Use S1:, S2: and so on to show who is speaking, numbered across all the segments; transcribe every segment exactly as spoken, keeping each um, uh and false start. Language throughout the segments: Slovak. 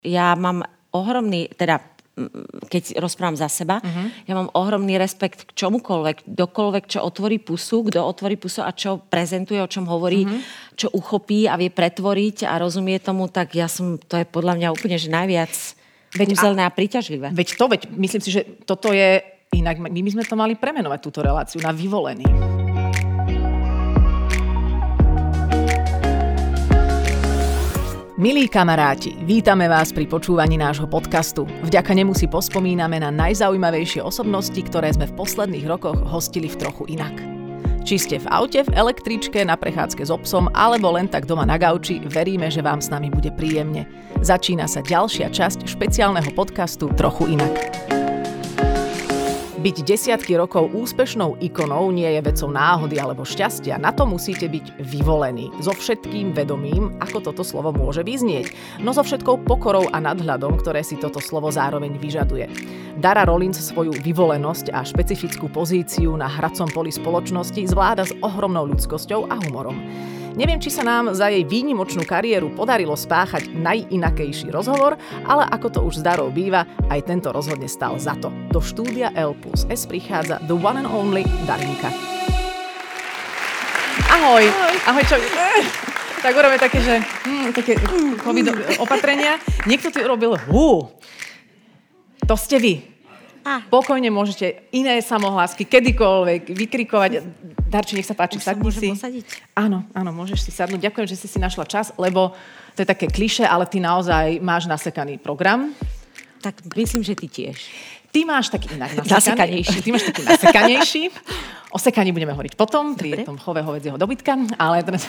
S1: Ja mám ohromný, teda keď rozprávam za seba, uh-huh. ja mám ohromný rešpekt k čomukoľvek, kdokoľvek, čo otvorí pusu, kto otvorí pusu a čo prezentuje, o čom hovorí, uh-huh. čo uchopí a vie pretvoriť a rozumie tomu, tak ja som, to je podľa mňa úplne, že najviac kúzelné a príťažlivé.
S2: Veď to, veď myslím si, že toto je inak, my by sme to mali premenovať, túto reláciu, na vyvolený. Milí kamaráti, vítame vás pri počúvaní nášho podcastu. Vďaka nemu si pospomíname na najzaujímavejšie osobnosti, ktoré sme v posledných rokoch hostili v Trochu inak. Či ste v aute, v električke, na prechádzke s obsom, alebo len tak doma na gauči, veríme, že vám s nami bude príjemne. Začína sa ďalšia časť špeciálneho podcastu Trochu inak. Byť desiatky rokov úspešnou ikonou nie je vecou náhody alebo šťastia. Na to musíte byť vyvolení. So všetkým vedomím, ako toto slovo môže vyznieť. No so všetkou pokorou a nadhľadom, ktoré si toto slovo zároveň vyžaduje. Dara Rollins svoju vyvolenosť a špecifickú pozíciu na hracom poli spoločnosti zvláda s ohromnou ľudskosťou a humorom. Neviem, či sa nám za jej výnimočnú kariéru podarilo spáchať najinakejší rozhovor, ale ako to už s Darou býva, aj tento rozhodne stál za to. Do štúdia L plus S prichádza the one and only Darinka. Ahoj! Ahoj, Ahoj čo? Tak urobíme také, že mm, také covid opatrenia. Niekto tu urobil hú. To ste vy. Ah. Pokojne môžete iné samohlásky, kedykoľvek vykrikovať. Darči, nech sa páči,
S1: Už
S2: sadni
S1: sa
S2: si.
S1: Posadiť?
S2: Áno, áno, môžeš si sadnúť. Ďakujem, že si si našla čas, lebo to je také klišé, ale ty naozaj máš nasekaný program.
S1: Tak myslím, že ty tiež.
S2: Ty máš taký inak
S1: nasekaný.
S2: Ty máš taký nasekanejší. O sekaní budeme hovoriť potom, pri tom chove hovedzieho dobytka, ale teraz...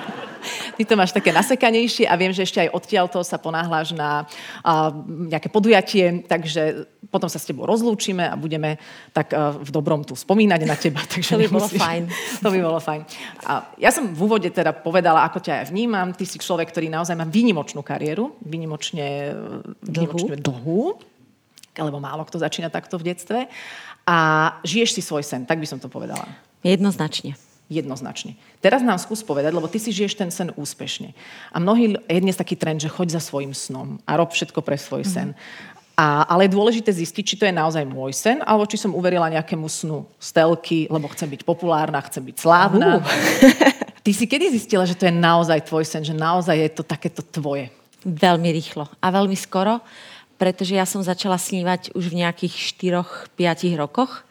S2: Ty to máš také nasekanejšie a viem, že ešte aj odtiaľto sa ponáhľaš na a, nejaké podujatie, takže potom sa s tebou rozlúčime a budeme tak a, v dobrom tu spomínať na teba. Takže
S1: to by
S2: nemusíš,
S1: bolo fajn.
S2: To by bolo fajn. A ja som v úvode teda povedala, ako ťa ja vnímam. Ty si človek, ktorý naozaj má výnimočnú kariéru, výnimočne dlhú, dlhú lebo málo kto začína takto v detstve. A žiješ si svoj sen, tak by som to povedala.
S1: Jednoznačne.
S2: Jednoznačne. Teraz nám skús povedať, lebo ty si žiješ ten sen úspešne. A mnohí, je dnes taký trend, že choď za svojím snom a rob všetko pre svoj mm-hmm. sen. A, ale je dôležité zistiť, či to je naozaj môj sen, alebo či som uverila nejakému snu z telky, lebo chcem byť populárna, chcem byť slávna. Uh. Ty si kedy zistila, že to je naozaj tvoj sen, že naozaj je to takéto tvoje?
S1: Veľmi rýchlo a veľmi skoro, pretože ja som začala snívať už v nejakých štyroch piatich rokoch.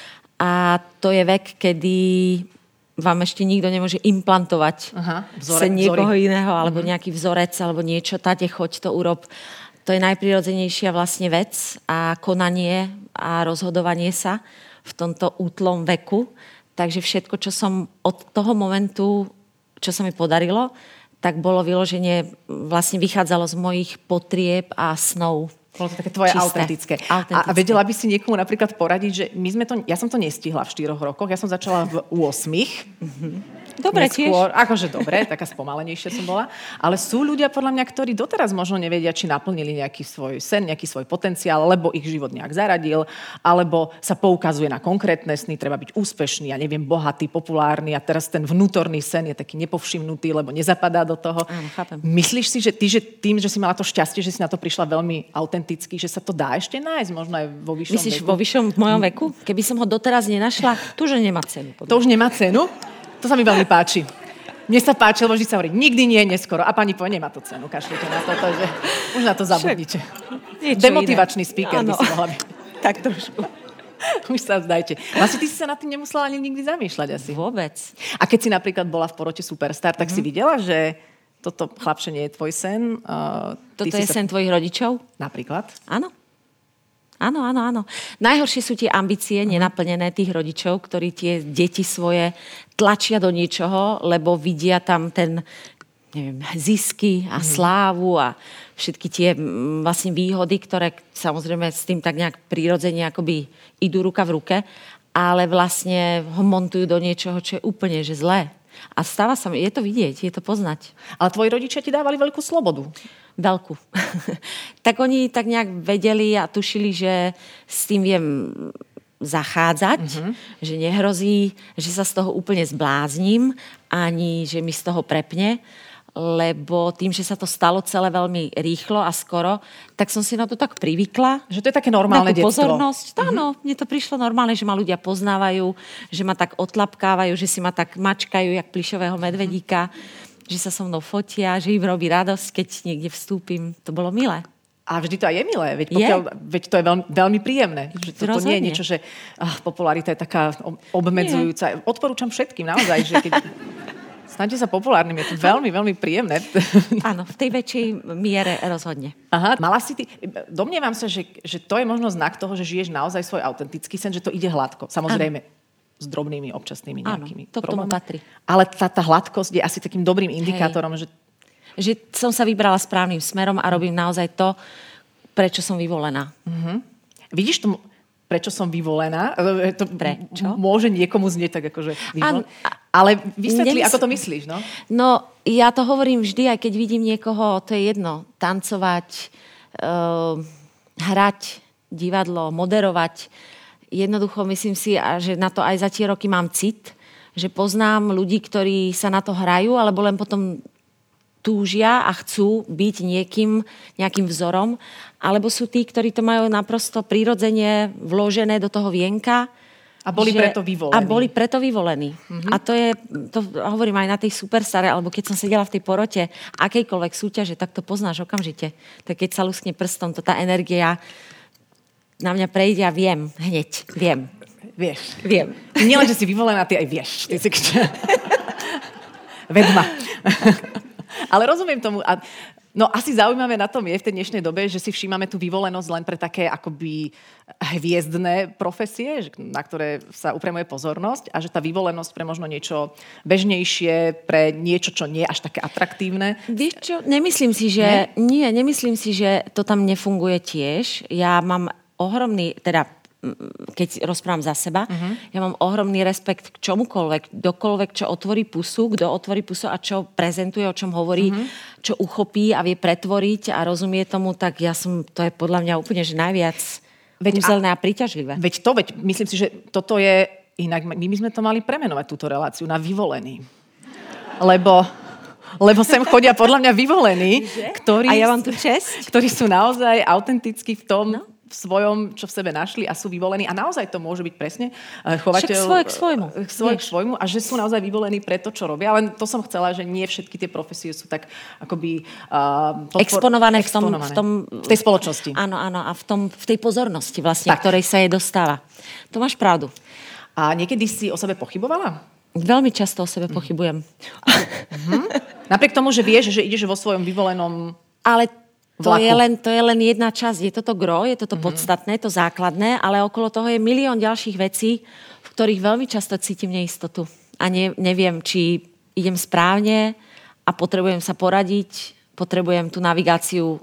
S1: A to je vek, kedy vám ešte nikto nemôže implantovať
S2: Aha, vzore,
S1: sen niekoho
S2: vzory.
S1: iného, alebo uh-huh. nejaký vzorec, alebo niečo, tate, choď to urob. To je najprirodzenejšia vlastne vec a konanie a rozhodovanie sa v tomto útlom veku. Takže všetko, čo som od toho momentu, čo sa mi podarilo, tak bolo vyloženie, vlastne vychádzalo z mojich potrieb a snov.
S2: Bolo to také tvoje autentické. autentické. A vedela by si niekomu napríklad poradiť, že my sme to, ja som to nestihla v štyroch rokoch, ja som začala v ôsmich.
S1: Mm-hmm. Dobre
S2: neskôr,
S1: tiež.
S2: Akože dobre, taká spomalenejšia som bola. Ale sú ľudia podľa mňa, ktorí doteraz možno nevedia, či naplnili nejaký svoj sen, nejaký svoj potenciál, lebo ich život nejak zaradil, alebo sa poukazuje na konkrétne sny, treba byť úspešný, ja neviem, bohatý, populárny a teraz ten vnútorný sen je taký nepovšimnutý, lebo nezapadá do toho.
S1: Áno, chápem.
S2: Myslíš si, že ty, že tým, že si mala to šťastie, že si na to prišla veľmi autenticky, že sa to dá ešte nájsť, možno aj vo vyššom
S1: Myslíš,
S2: veku?
S1: vo vyššom v mojom veku? Keby som ho doteraz nenašla, to už nemá cenu.
S2: To už nemá cenu? To sa mi veľmi páči. Mne sa páči, lebo vždy sa hovorí, nikdy nie, neskoro. A pani povie, nemá to cenu, kašlite na to, to že už na to zabudnite. Demotivačný speaker by si mohla byť.
S1: Tak trošku.
S2: Už sa vzdajte. Vlastne ty si sa nad tým nemusela ani nikdy zamýšľať asi.
S1: Vôbec.
S2: A keď si napríklad bola v porote Superstar, tak mm-hmm. si videla, že toto chlapče nie je tvoj sen? Uh,
S1: toto je sa... sen tvojich rodičov?
S2: Napríklad?
S1: Áno. Áno, áno, áno. Najhoršie sú tie ambície nenaplnené tých rodičov, ktorí tie deti svoje tlačia do niečoho, lebo vidia tam ten, neviem, zisky a slávu a všetky tie vlastne výhody, ktoré samozrejme s tým tak nejak prirodzene akoby idú ruka v ruke, ale vlastne ho montujú do niečoho, čo je úplne že zlé. A stáva sa mi, je to vidieť, je to poznať.
S2: Ale tvoji rodičia ti dávali veľkú slobodu.
S1: Veľkú. Tak oni tak nejak vedeli a tušili, že s tým viem zachádzať, uh-huh. že nehrozí, že sa z toho úplne zblázním, ani že mi z toho prepne, lebo tým, že sa to stalo celé veľmi rýchlo a skoro, tak som si na to tak privykla.
S2: Že to je také normálne detstvo.
S1: Pozornosť. Mm-hmm. Áno, mne to prišlo normálne, že ma ľudia poznávajú, že ma tak otlapkávajú, že si ma tak mačkajú, jak plyšového medvedíka, mm-hmm. že sa so mnou fotia, že im robí radosť, keď niekde vstúpim. To bolo milé.
S2: A vždy to aj je milé, veď, pokiaľ, je. veď to je veľmi, veľmi príjemné. Že to, to nie je niečo, že ah, popularita je taká obmedzujúca. Nie. Odporúčam všetkým naozaj, že keď staňte sa populárnym, je to veľmi, veľmi príjemné.
S1: Áno, v tej väčšej miere rozhodne.
S2: Aha, mala si ty, domnievam sa, že, že to je možno znak toho, že žiješ naozaj svoj autentický sen, že to ide hladko. Samozrejme, ano. S drobnými občasnými nejakými
S1: problémami. Áno, to k tomu patrí.
S2: Ale tá, tá hladkosť je asi takým dobrým indikátorom, Hej. že
S1: že som sa vybrala správnym smerom a robím naozaj to, prečo som vyvolená.
S2: Uh-huh. Vidíš to, prečo som vyvolená? To
S1: prečo?
S2: Môže niekomu znieť tak akože vyvolená. Ale vysvetli, nemysl... ako to myslíš, no?
S1: No, ja to hovorím vždy, aj keď vidím niekoho, to je jedno, tancovať, uh, hrať, divadlo, moderovať. Jednoducho myslím si, že na to aj za tie roky mám cit, že poznám ľudí, ktorí sa na to hrajú, alebo len potom túžia a chcú byť niekým, nejakým vzorom, alebo sú tí, ktorí to majú naprosto prirodzene vložené do toho vienka.
S2: A boli
S1: že,
S2: preto vyvolení.
S1: A boli preto vyvolení. Mm-hmm. A to je, to hovorím aj na tej Superstare, alebo keď som sedela v tej porote akejkoľvek súťaže, tak to poznáš okamžite. Tak keď sa luskne prstom, to tá energia na mňa prejde a viem, hneď, viem.
S2: Vieš.
S1: Viem.
S2: Nielen, že si vyvolená, ty aj vieš. Ty si vedma. Ale rozumiem tomu. A, no asi zaujímavé na tom je v tej dnešnej dobe, že si všímame tú vyvolenosť len pre také akoby hviezdne profesie, na ktoré sa upriamuje pozornosť a že tá vyvolenosť pre možno niečo bežnejšie, pre niečo, čo nie je až také atraktívne.
S1: Vieš čo, nemyslím si, že... Nie? Nie, nemyslím si, že to tam nefunguje tiež. Ja mám ohromný, teda keď rozprávam za seba, uh-huh. ja mám ohromný rešpekt k čomukoľvek, kdokoľvek, čo otvorí pusu, kto otvorí pusu a čo prezentuje, o čom hovorí, uh-huh. čo uchopí a vie pretvoriť a rozumie tomu, tak ja som, to je podľa mňa úplne, že najviac kúzelné a, a príťažlivé.
S2: Veď to, veď myslím si, že toto je, inak my by sme to mali premenovať, túto reláciu, na vyvolený. Lebo... Lebo sem chodia podľa mňa vyvolení, ktorí,
S1: a ja mám tu česť.
S2: Ktorí sú naozaj autentickí v tom,
S1: no.
S2: v svojom, čo v sebe našli a sú vyvolení. A naozaj to môže byť presne chovateľ...
S1: Však svoje k svojmu.
S2: Svoje k svojmu a že sú naozaj vyvolení pre to, čo robia. Ale to som chcela, že nie všetky tie profesie sú tak akoby... Uh,
S1: podpor- exponované, exponované. V, tom, v, tom,
S2: v tej spoločnosti.
S1: Áno, áno. A v, tom, v tej pozornosti vlastne, tak. Ktorej sa jej dostáva. To máš pravdu.
S2: A niekedy si o sebe pochybovala?
S1: Veľmi často o sebe pochybujem.
S2: Mm-hmm. Napriek tomu, že vieš, že ideš vo svojom vyvolenom
S1: ale to
S2: vlaku.
S1: je, len, to je len jedna časť. Je toto gro, je toto mm-hmm. podstatné, to základné, ale okolo toho je milión ďalších vecí, v ktorých veľmi často cítim neistotu. A ne, neviem, či idem správne a potrebujem sa poradiť, potrebujem tú navigáciu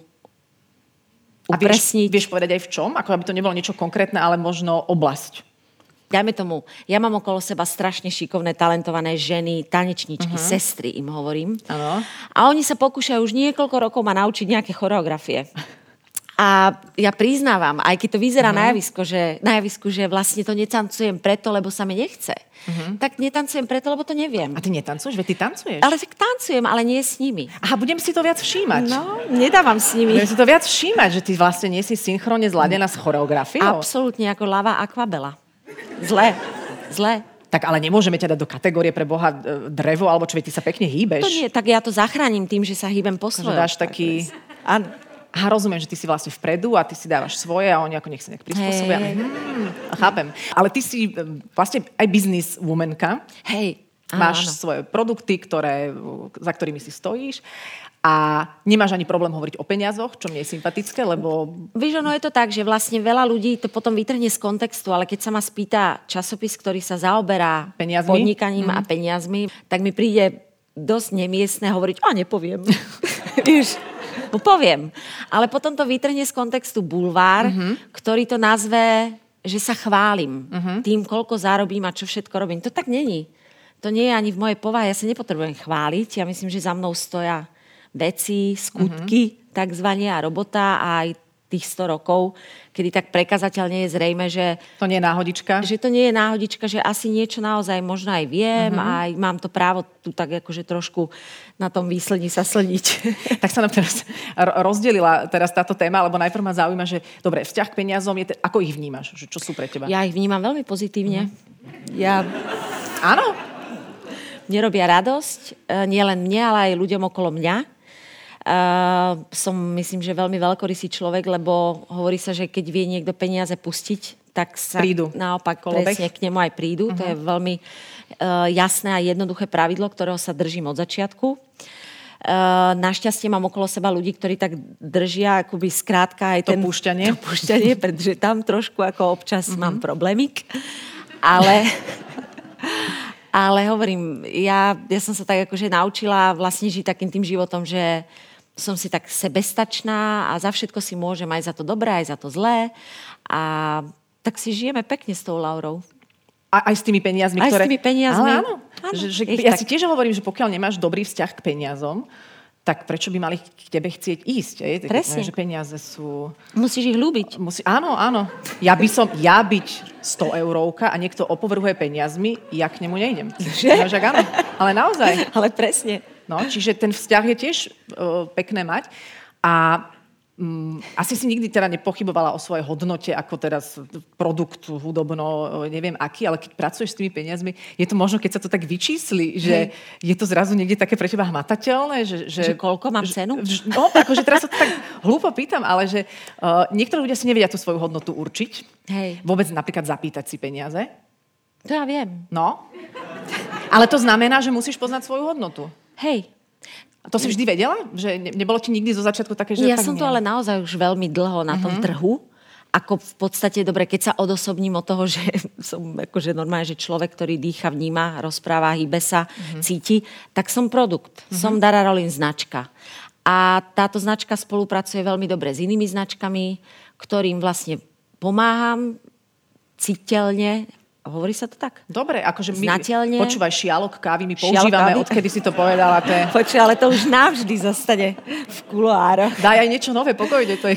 S1: upresniť.
S2: A vieš, vieš povedať aj v čom? Ako aby to nebolo niečo konkrétne, ale možno oblasť.
S1: Dajme tomu, ja mám okolo seba strašne šikovné, talentované ženy, tanečničky, uh-huh. sestry im hovorím.
S2: Ano.
S1: A oni sa pokúšajú už niekoľko rokov ma naučiť nejaké choreografie. A ja priznávam, aj keď to vyzerá uh-huh. na javisku, že, na javisku, že vlastne to netancujem preto, lebo sa mi nechce. Uh-huh. Tak netancujem preto, lebo to neviem.
S2: A ty netancuješ? Veď ty tancuješ.
S1: Ale tak tancujem, ale nie s nimi.
S2: Aha, budem si to viac všímať.
S1: No, nedávam s nimi.
S2: Budem si to viac všímať, že ty vlastne nie si synchronne zladená s choreografiou.
S1: Absolútne, ako ľava akvabela. Zlé, zlé.
S2: Tak ale nemôžeme ťa dať do kategórie pre Boha drevo, alebo čo, ty sa pekne hýbeš.
S1: To nie, tak ja to zachránim tým, že sa hýbem po svojom.
S2: Že dáš taký... Áno. A rozumiem, že ty si vlastne vpredu a ty si dávaš svoje a oni ako nech sa nejak prispôsobia. Hey. Hmm, chápem. Ale ty si vlastne aj business womanka.
S1: Hej.
S2: Máš
S1: áno.
S2: svoje produkty, ktoré, za ktorými si stojíš. A nemáš ani problém hovoriť o peniazoch, čo mne je sympatické, lebo...
S1: Víš, ono je to tak, že vlastne veľa ľudí to potom vytrhne z kontextu, ale keď sa ma spýta časopis, ktorý sa zaoberá
S2: peniazmi?
S1: podnikaním mm. a peniazmi, tak mi príde dosť nemiestne hovoriť, a nepoviem. Víš, poviem. Ale potom to vytrhne z kontextu bulvár, mm-hmm. ktorý to nazve, že sa chválim mm-hmm. tým, koľko zarobím a čo všetko robím. To tak není. To nie je ani v mojej povahe. Ja sa nepotrebujem chváliť. Ja myslím, že za mnou stoja veci, skutky, mm-hmm. takzvané a robota a aj tých sto rokov, kedy tak prekazateľne je zrejme, že...
S2: To nie je náhodička?
S1: Že to nie je náhodička, že asi niečo naozaj možno aj viem
S2: Uh-huh.
S1: a aj mám to právo tu tak akože trošku na tom výslení sa slniť.
S2: Tak sa nám teraz rozdelila teraz táto téma, lebo najprv ma zaujíma, že dobre, vzťah k peniazom, je te, ako ich vnímaš? Že čo sú pre teba?
S1: Ja ich vnímam veľmi pozitívne. Uh-huh. Ja...
S2: Áno?
S1: Mne robia radosť, nie len mne, ale aj ľuďom okolo mňa. Uh, som, myslím, že veľmi veľkorysý človek, lebo hovorí sa, že keď vie niekto peniaze pustiť, tak sa
S2: prídu.
S1: Naopak
S2: Kolobek.
S1: presne k nemu aj prídu. Uh-huh. To je veľmi uh, jasné a jednoduché pravidlo, ktorého sa držím od začiatku. Uh, našťastie mám okolo seba ľudí, ktorí tak držia akoby skrátka aj
S2: to
S1: ten...
S2: púšťanie.
S1: To púšťanie, pretože tam trošku ako občas uh-huh. mám problémik. Ale... Ale hovorím, ja, ja som sa tak akože naučila vlastne žiť takým tým životom, že som si tak sebestačná a za všetko si môžem, aj za to dobré, aj za to zlé. A tak si žijeme pekne s tou Laurou.
S2: A aj s tými peniazmi,
S1: aj
S2: ktoré...
S1: Aj s tými peniazmi.
S2: Ale áno. áno. Že, že, ja tak... si tiež hovorím, že pokiaľ nemáš dobrý vzťah k peniazom, tak prečo by mali k tebe chcieť ísť? Je?
S1: Presne.
S2: Že peniaze sú...
S1: Musíš ich ľúbiť.
S2: Musí... Áno, áno. Ja by som, ja byť sto eurovka a niekto opovrhuje peniazmi, ja k nemu nejdem. Že? No, že áno. Ale naozaj.
S1: Ale presne.
S2: No, čiže ten vzťah je tiež uh, pekné mať. A um, asi si nikdy teda nepochybovala o svojej hodnote, ako teraz produkt hudobno, neviem aký, ale keď pracuješ s tými peniazmi, je to možno, keď sa to tak vyčísli, že je to zrazu niekde také pre teba hmatateľné? Že, že,
S1: že koľko mám cenu?
S2: Že, no, akože teraz sa to tak hlúpo pýtam, ale že uh, niektorí ľudia si nevedia tú svoju hodnotu určiť.
S1: Hej.
S2: Vôbec napríklad zapýtať si peniaze.
S1: To ja viem.
S2: No. Ale to znamená, že musíš poznať svoju hodnotu.
S1: Hej.
S2: A to si vždy vedela? Že ne, nebolo ti nikdy zo začiatku také, že...
S1: Ja som tu ale naozaj už veľmi dlho na tom uh-huh. trhu. Ako v podstate, dobre, keď sa odosobním od toho, že som akože normálne, že človek, ktorý dýcha, vníma, rozpráva, hýbe sa, uh-huh. cíti, tak som produkt. Uh-huh. Som Dara Rolin značka. A táto značka spolupracuje veľmi dobre s inými značkami, ktorým vlastne pomáham citeľne. Hovorí sa to tak?
S2: Dobre, akože my...
S1: Znateľne.
S2: Počúvaj, šialok kávy my používame,
S1: kávy.
S2: Odkedy si to povedala. To je...
S1: Počuj, ale to už navždy zostane v kuloároch.
S2: Daj aj niečo nové, pokojne. To je...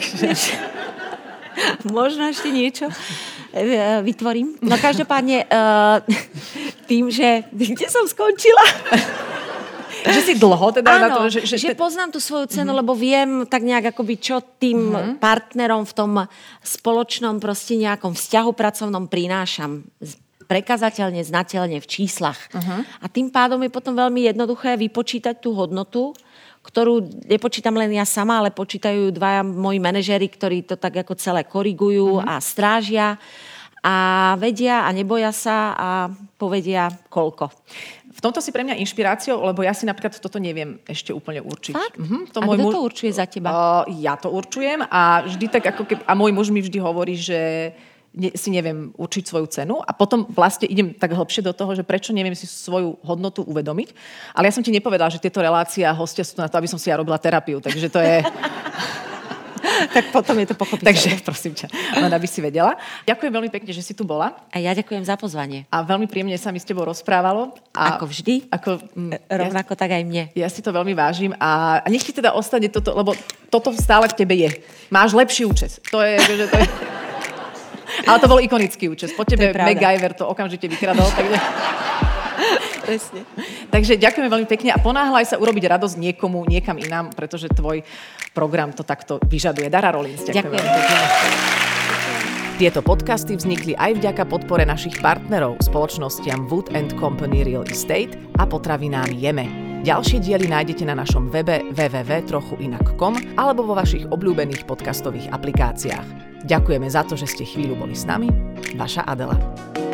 S1: Možno ešte niečo vytvorím. No každopádne tým, že... Kde som skončila?
S2: Že si dlho teda
S1: áno,
S2: na to... Že, že,
S1: že poznám tú svoju cenu, uh-huh. lebo viem tak nejak akoby, čo tým uh-huh. partnerom v tom spoločnom proste nejakom vzťahu pracovnom prinášam. Prekazateľne, znateľne v číslach. Uh-huh. A tým pádom je potom veľmi jednoduché vypočítať tú hodnotu, ktorú nepočítam len ja sama, ale počítajú dvaja moji manažéri, ktorí to tak ako celé korigujú uh-huh. a strážia a vedia a neboja sa a povedia koľko.
S2: V tomto si pre mňa inšpiráciou, lebo ja si napríklad toto neviem ešte úplne určiť.
S1: Fakt?
S2: Mhm,
S1: to a kto muž... to určuje za teba?
S2: Uh, ja to určujem a vždy tak ako keby, a môj muž mi vždy hovorí, že ne, si neviem určiť svoju cenu a potom vlastne idem tak hlbšie do toho, že prečo neviem si svoju hodnotu uvedomiť. Ale ja som ti nepovedala, že tieto relácie a hostia sú na to, aby som si ja robila terapiu, takže to je...
S1: Tak potom je to pochopiteľné.
S2: Takže prosím ťa, len aby si vedela. Ďakujem veľmi pekne, že si tu bola.
S1: A ja ďakujem za pozvanie.
S2: A veľmi príjemne sa mi s tebou rozprávalo. A
S1: ako vždy.
S2: Ako, mm,
S1: rovnako
S2: ja,
S1: tak aj mne.
S2: Ja si to veľmi vážim. A, a nech ti teda ostane toto, lebo toto stále v tebe je. Máš lepší účes. To je... Že to je... Ale to bol ikonický účes. Po tebe MacGyver to okamžite vykradol. Takže...
S1: Presne.
S2: Takže ďakujeme veľmi pekne a ponáhľaj sa urobiť radosť niekomu, niekam inám, pretože tvoj program to takto vyžaduje. Dara Rolin, ďakujem. Ďakujem. Tieto podcasty vznikli aj vďaka podpore našich partnerov, spoločnostiam Wood and Company Real Estate a potravinám Jeme. Ďalšie diely nájdete na našom webe w w w bodka trochu inak bodka com alebo vo vašich obľúbených podcastových aplikáciách. Ďakujeme za to, že ste chvíľu boli s nami. Vaša Adela.